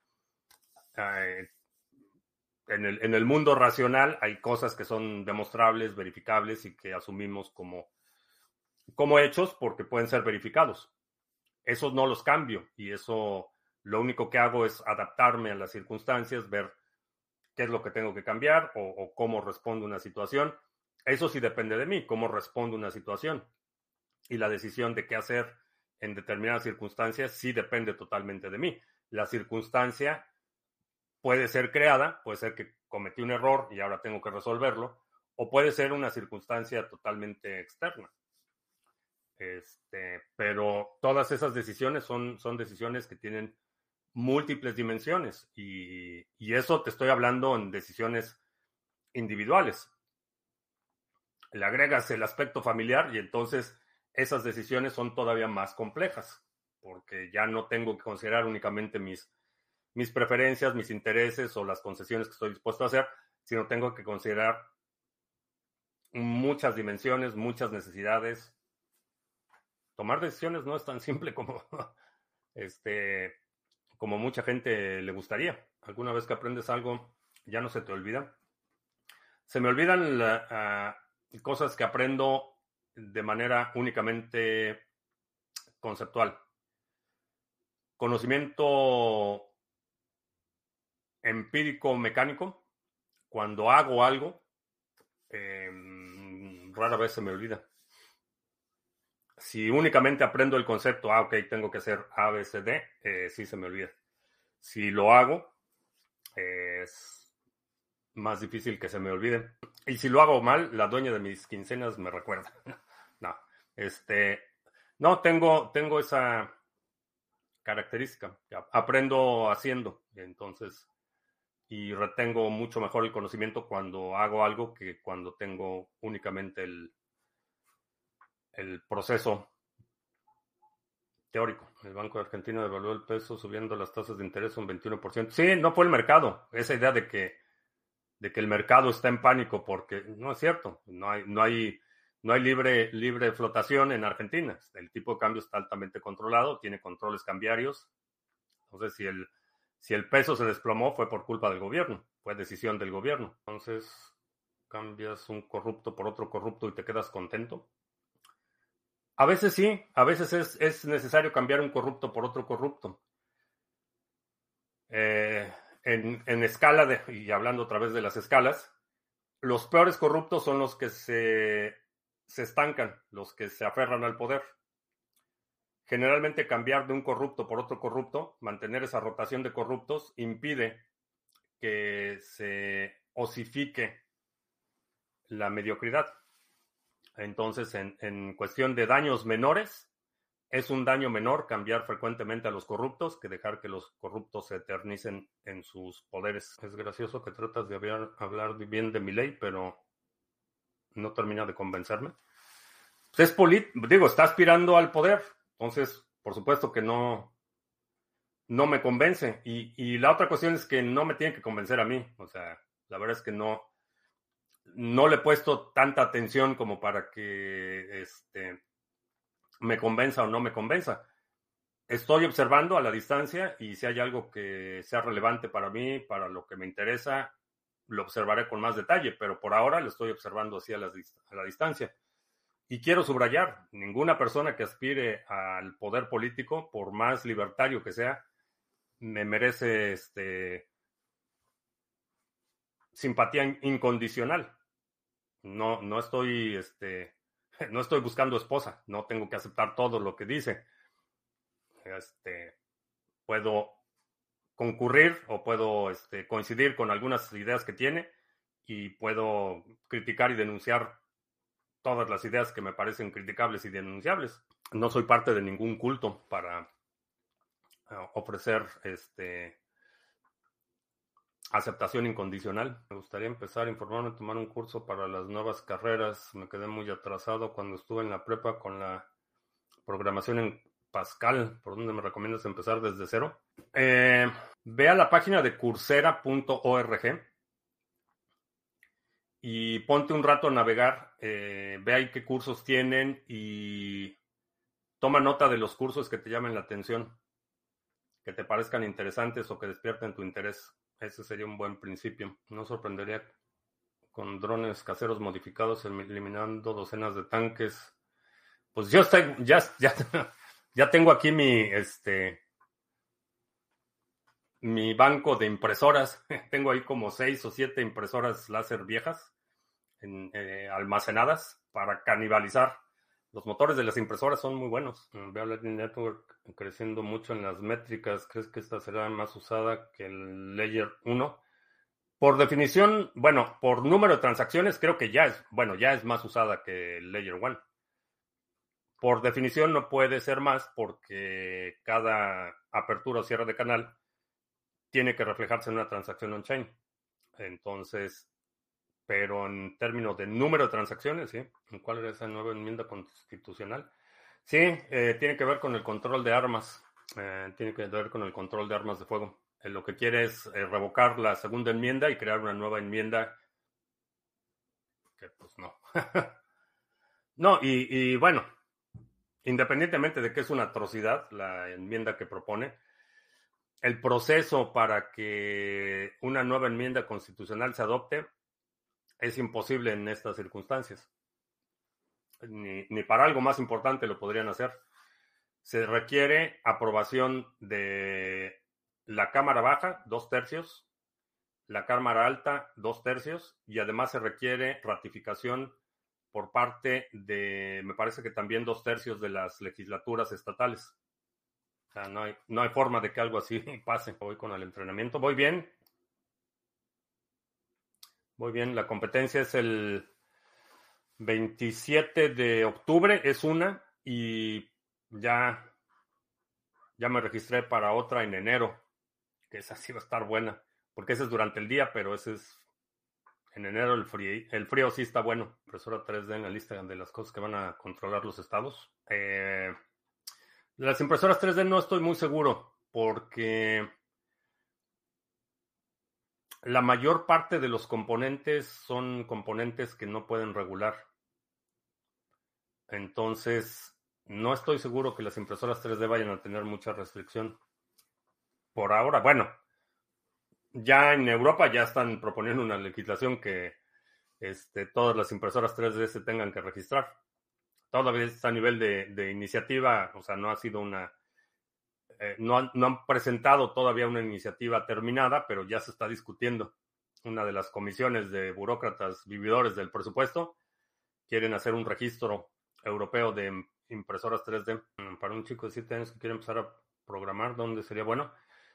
Speaker 1: En el mundo racional hay cosas que son demostrables, verificables y que asumimos como hechos porque pueden ser verificados. Esos no los cambio y eso lo único que hago es adaptarme a las circunstancias, ver qué es lo que tengo que cambiar o cómo respondo a una situación. Eso sí depende de mí, cómo respondo a una situación. Y la decisión de qué hacer en determinadas circunstancias sí depende totalmente de mí. La circunstancia puede ser creada, puede ser que cometí un error y ahora tengo que resolverlo, o puede ser una circunstancia totalmente externa. Pero todas esas decisiones son decisiones que tienen múltiples dimensiones y eso te estoy hablando en decisiones individuales. Le agregas el aspecto familiar y entonces esas decisiones son todavía más complejas porque ya no tengo que considerar únicamente mis preferencias, mis intereses o las concesiones que estoy dispuesto a hacer, sino tengo que considerar muchas dimensiones, muchas necesidades. Tomar decisiones no es tan simple como, como mucha gente le gustaría. Alguna vez que aprendes algo, ya no se te olvida. Se me olvidan cosas que aprendo de manera únicamente conceptual. Conocimiento empírico mecánico, cuando hago algo, rara vez se me olvida. Si únicamente aprendo el concepto, ok, tengo que hacer A, B, C, D, sí se me olvida. Si lo hago, es más difícil que se me olvide. Y si lo hago mal, la dueña de mis quincenas me recuerda. No, no, tengo esa característica. Aprendo haciendo, entonces, y retengo mucho mejor el conocimiento cuando hago algo que cuando tengo únicamente el proceso teórico. El Banco de Argentina devaluó el peso subiendo las tasas de interés un 21%. Sí, no fue el mercado. Esa idea de que el mercado está en pánico porque no es cierto. No hay libre flotación en Argentina. El tipo de cambio está altamente controlado, tiene controles cambiarios. Entonces, si el peso se desplomó fue por culpa del gobierno, fue decisión del gobierno. Entonces, cambias un corrupto por otro corrupto y te quedas contento. A veces sí, a veces es necesario cambiar un corrupto por otro corrupto. En escala, y hablando otra vez de las escalas, los peores corruptos son los que se estancan, los que se aferran al poder. Generalmente cambiar de un corrupto por otro corrupto, mantener esa rotación de corruptos, impide que se osifique la mediocridad. Entonces, en cuestión de daños menores, es un daño menor cambiar frecuentemente a los corruptos que dejar que los corruptos se eternicen en sus poderes. Es gracioso que tratas de hablar bien de Milei, pero no termina de convencerme. Pues está aspirando al poder, entonces, por supuesto que no me convence. Y la otra cuestión es que no me tiene que convencer a mí. O sea, la verdad es que no le he puesto tanta atención como para que me convenza o no me convenza. Estoy observando a la distancia y si hay algo que sea relevante para mí, para lo que me interesa, lo observaré con más detalle, pero por ahora lo estoy observando así a la distancia. Y quiero subrayar, ninguna persona que aspire al poder político, por más libertario que sea, me merece simpatía incondicional. No estoy, no estoy buscando esposa, no tengo que aceptar todo lo que dice. Puedo concurrir o puedo coincidir con algunas ideas que tiene y puedo criticar y denunciar todas las ideas que me parecen criticables y denunciables. No soy parte de ningún culto para ofrecer aceptación incondicional. Me gustaría empezar a informarme, tomar un curso para las nuevas carreras. Me quedé muy atrasado cuando estuve en la prepa con la programación en Pascal. ¿Por dónde me recomiendas empezar desde cero? Ve a la página de coursera.org y ponte un rato a navegar. Ve ahí qué cursos tienen y toma nota de los cursos que te llamen la atención, que te parezcan interesantes o que despierten tu interés. Ese sería un buen principio. No sorprendería con drones caseros modificados eliminando docenas de tanques. Pues yo estoy, ya tengo aquí mi banco de impresoras. Tengo ahí como 6 o 7 impresoras láser viejas almacenadas para canibalizar. Los motores de las impresoras son muy buenos. Veo Lightning Network creciendo mucho en las métricas. ¿Crees que esta será más usada que el Layer 1? Por definición, bueno, por número de transacciones, creo que ya es más usada que el Layer 1. Por definición no puede ser más porque cada apertura o cierre de canal tiene que reflejarse en una transacción on-chain. Entonces, pero en términos de número de transacciones, ¿sí? ¿Cuál era esa nueva enmienda constitucional? Sí, tiene que ver con el control de armas. Tiene que ver con el control de armas de fuego. Lo que quiere es revocar la segunda enmienda y crear una nueva enmienda que pues no. No, y bueno, independientemente de que es una atrocidad la enmienda que propone, el proceso para que una nueva enmienda constitucional se adopte es imposible en estas circunstancias. Ni para algo más importante lo podrían hacer. Se requiere aprobación de la Cámara Baja, 2/3, la Cámara Alta, 2/3, y además se requiere ratificación por parte de, me parece que también 2/3 de las legislaturas estatales. O sea, no hay forma de que algo así pase. Voy con el entrenamiento. Voy bien. Muy bien. La competencia es el 27 de octubre, es una, y ya me registré para otra en enero, que esa sí va a estar buena, porque esa es durante el día, pero ese es en enero el frío sí está bueno. Impresora 3D en la lista de las cosas que van a controlar los estados. Las impresoras 3D no estoy muy seguro, porque la mayor parte de los componentes son componentes que no pueden regular. Entonces, no estoy seguro que las impresoras 3D vayan a tener mucha restricción. Por ahora, bueno, ya en Europa ya están proponiendo una legislación que todas las impresoras 3D se tengan que registrar. Todavía está a nivel de iniciativa, o sea, no ha sido no han presentado todavía una iniciativa terminada, pero ya se está discutiendo. Una de las comisiones de burócratas vividores del presupuesto quieren hacer un registro europeo de impresoras 3D. Para un chico de 7 años que quiere empezar a programar, ¿dónde sería bueno?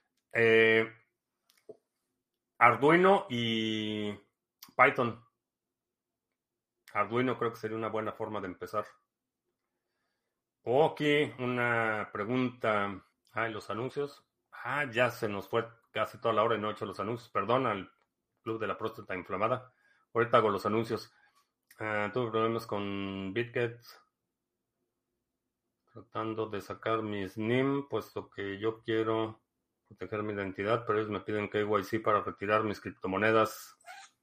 Speaker 1: Arduino y Python. Arduino creo que sería una buena forma de empezar. Aquí una pregunta. Los anuncios. Ya se nos fue casi toda la hora y no he hecho los anuncios. Perdón al Club de la Próstata Inflamada. Ahorita hago los anuncios. Tuve problemas con BitGet. Tratando de sacar mis NIM, puesto que yo quiero proteger mi identidad, pero ellos me piden KYC para retirar mis criptomonedas.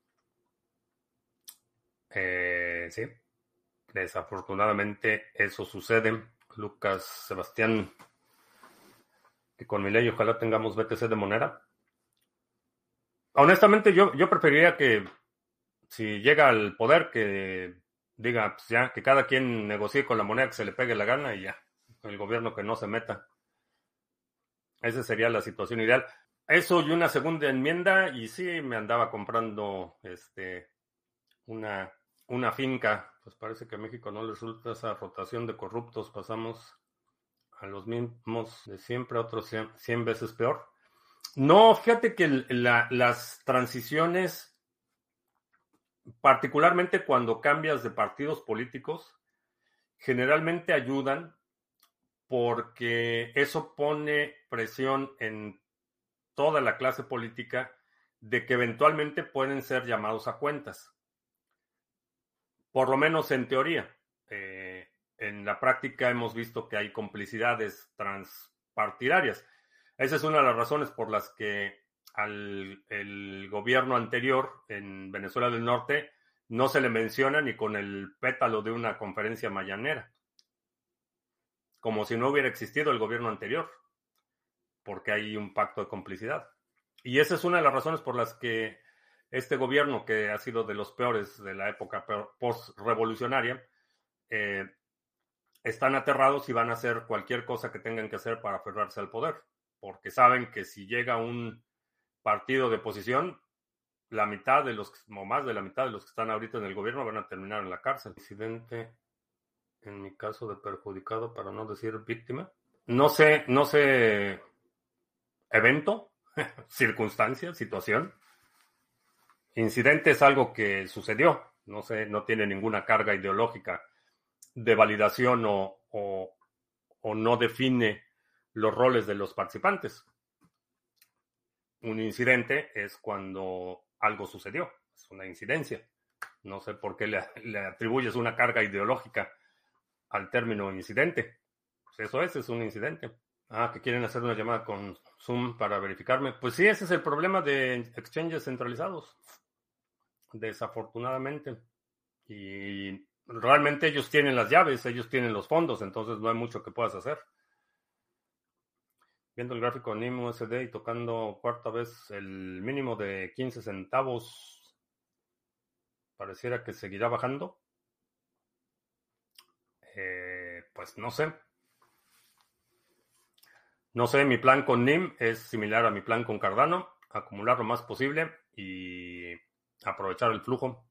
Speaker 1: Sí, desafortunadamente eso sucede. Lucas Sebastián, que con mi ley ojalá tengamos BTC de Monera. Honestamente, yo preferiría que si llega al poder, que diga, pues ya, que cada quien negocie con la moneda que se le pegue la gana y ya. El gobierno que no se meta. Esa sería la situación ideal. Eso y una segunda enmienda, y sí me andaba comprando una, una finca. Pues parece que a México no le resulta esa rotación de corruptos. Pasamos a los mismos de siempre, a otros 100 veces peor. No, fíjate que las transiciones, particularmente cuando cambias de partidos políticos, generalmente ayudan porque eso pone presión en toda la clase política de que eventualmente pueden ser llamados a cuentas, por lo menos en teoría. En la práctica hemos visto que hay complicidades transpartidarias. Esa es una de las razones por las que el gobierno anterior en Venezuela del Norte no se le menciona ni con el pétalo de una conferencia mañanera, como si no hubiera existido el gobierno anterior, porque hay un pacto de complicidad. Y esa es una de las razones por las que este gobierno, que ha sido de los peores de la época post-revolucionaria, están aterrados y van a hacer cualquier cosa que tengan que hacer para aferrarse al poder, porque saben que si llega un partido de oposición, la mitad de los, o más de la mitad de los que están ahorita en el gobierno van a terminar en la cárcel. Incidente, en mi caso, de perjudicado, para no decir víctima. No sé, evento, circunstancia, situación. Incidente es algo que sucedió. No sé, no tiene ninguna carga ideológica de validación o no define los roles de los participantes. Un incidente es cuando algo sucedió, es una incidencia. No sé por qué le atribuyes una carga ideológica al término incidente. Pues eso es un incidente. Que quieren hacer una llamada con Zoom para verificarme. Pues sí, ese es el problema de exchanges centralizados, desafortunadamente. Y realmente ellos tienen las llaves, ellos tienen los fondos, entonces no hay mucho que puedas hacer. Viendo el gráfico NIM USD y tocando cuarta vez el mínimo de 15 centavos, pareciera que seguirá bajando. Pues no sé. No sé, mi plan con NIM es similar a mi plan con Cardano, acumular lo más posible y aprovechar el flujo.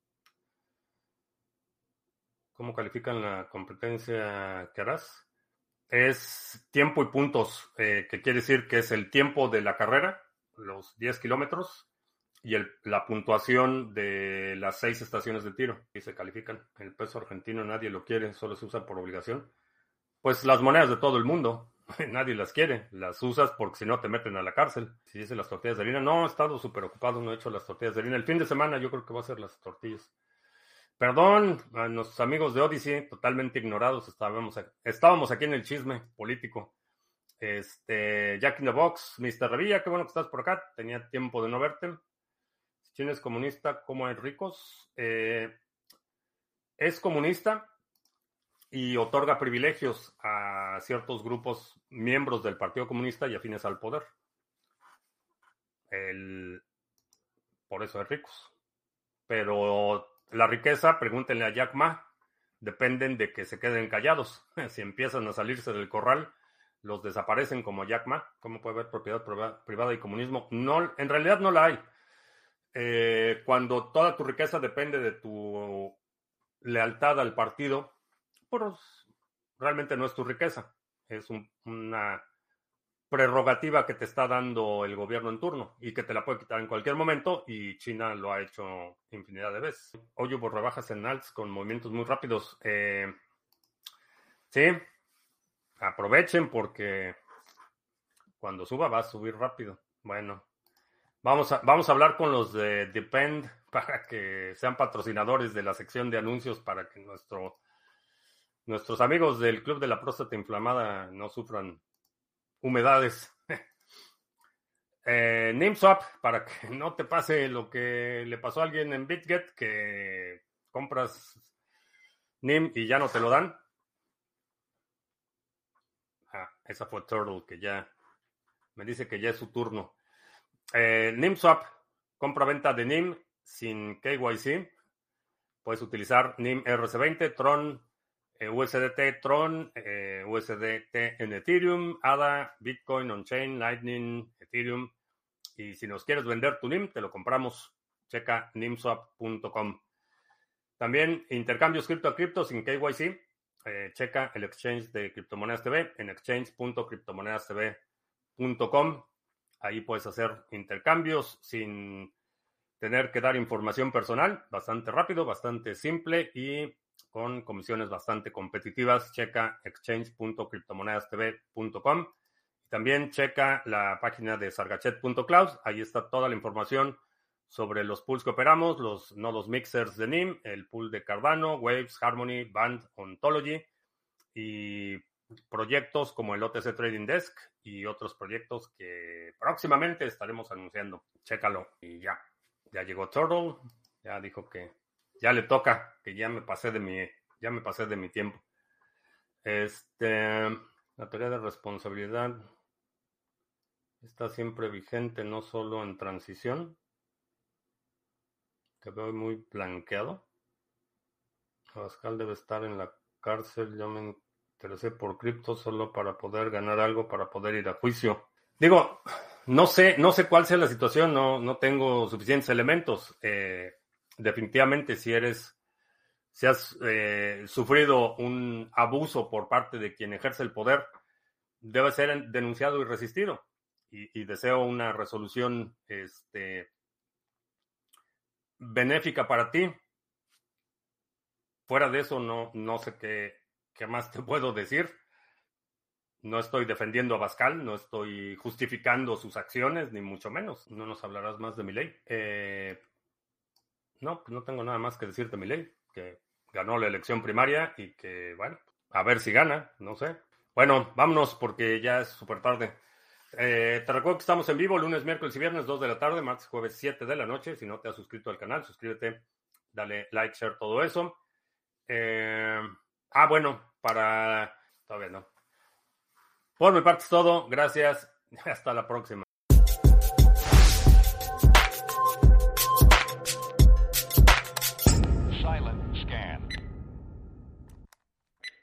Speaker 1: ¿Cómo califican la competencia que harás? Es tiempo y puntos, que quiere decir que es el tiempo de la carrera, los 10 kilómetros, y la puntuación de las 6 estaciones de tiro, y se califican. El peso argentino nadie lo quiere, solo se usa por obligación. Pues las monedas de todo el mundo, nadie las quiere, las usas porque si no te meten a la cárcel. Si dice las tortillas de harina, no, he estado súper ocupado, no he hecho las tortillas de harina. El fin de semana yo creo que va a ser las tortillas. Perdón a nuestros amigos de Odyssey, totalmente ignorados, estábamos aquí en el chisme político. Jack in the Box, Mr. Revilla, qué bueno que estás por acá, tenía tiempo de no verte. Si China es comunista, ¿cómo hay ricos? Es comunista y otorga privilegios a ciertos grupos miembros del Partido Comunista y afines al poder. Por eso hay ricos. Pero la riqueza, pregúntenle a Jack Ma, dependen de que se queden callados. Si empiezan a salirse del corral, los desaparecen como Jack Ma. ¿Cómo puede haber propiedad privada y comunismo? No, en realidad no la hay. Cuando toda tu riqueza depende de tu lealtad al partido, pues realmente no es tu riqueza. Es una prerrogativa que te está dando el gobierno en turno y que te la puede quitar en cualquier momento, y China lo ha hecho infinidad de veces. Hoy hubo rebajas en alts con movimientos muy rápidos. Sí, aprovechen porque cuando suba va a subir rápido. Bueno, vamos a hablar con los de Depend para que sean patrocinadores de la sección de anuncios para que nuestros amigos del Club de la Próstata Inflamada no sufran humedades. NIMSwap, para que no te pase lo que le pasó a alguien en BitGet, que compras NIM y ya no te lo dan. Esa fue Turtle, que ya me dice que ya es su turno. NIMSwap, compra-venta de NIM sin KYC. Puedes utilizar NIM RC20, Tron, USDT, Tron, USDT en Ethereum, ADA, Bitcoin, On-Chain, Lightning, Ethereum. Y si nos quieres vender tu NIM, te lo compramos. Checa nimswap.com. También intercambios cripto a cripto sin KYC. Checa el exchange de Criptomonedas TV en exchange.criptomonedastv.com. Ahí puedes hacer intercambios sin tener que dar información personal. Bastante rápido, bastante simple y con comisiones bastante competitivas. Checa exchange.criptomonedastv.com. También checa la página de sargachet.cloud. Ahí está toda la información sobre los pools que operamos, los nodos mixers de NIM, el pool de Cardano, Waves, Harmony, Band, Ontology y proyectos como el OTC Trading Desk y otros proyectos que próximamente estaremos anunciando. Chécalo. Y ya llegó Turtle. Ya dijo que ya le toca, que ya me pasé de mi tiempo. La teoría de responsabilidad está siempre vigente, no solo en transición. Te veo muy blanqueado. Abascal debe estar en la cárcel. Yo me interesé por cripto solo para poder ganar algo, para poder ir a juicio. Digo, no sé cuál sea la situación, no tengo suficientes elementos. Definitivamente, si has sufrido un abuso por parte de quien ejerce el poder, debe ser denunciado y resistido. Y deseo una resolución benéfica para ti. Fuera de eso, no sé qué más te puedo decir. No estoy defendiendo a Abascal, no estoy justificando sus acciones, ni mucho menos. No nos hablarás más de Milei. No, pues no tengo nada más que decirte, Milei, que ganó la elección primaria y que, bueno, a ver si gana, no sé. Bueno, vámonos porque ya es súper tarde. Te recuerdo que estamos en vivo lunes, miércoles y viernes, 2 de la tarde, martes, jueves, 7 de la noche. Si no te has suscrito al canal, suscríbete, dale like, share, todo eso. Bueno, todavía no. Por mi parte es todo. Gracias. Hasta la próxima.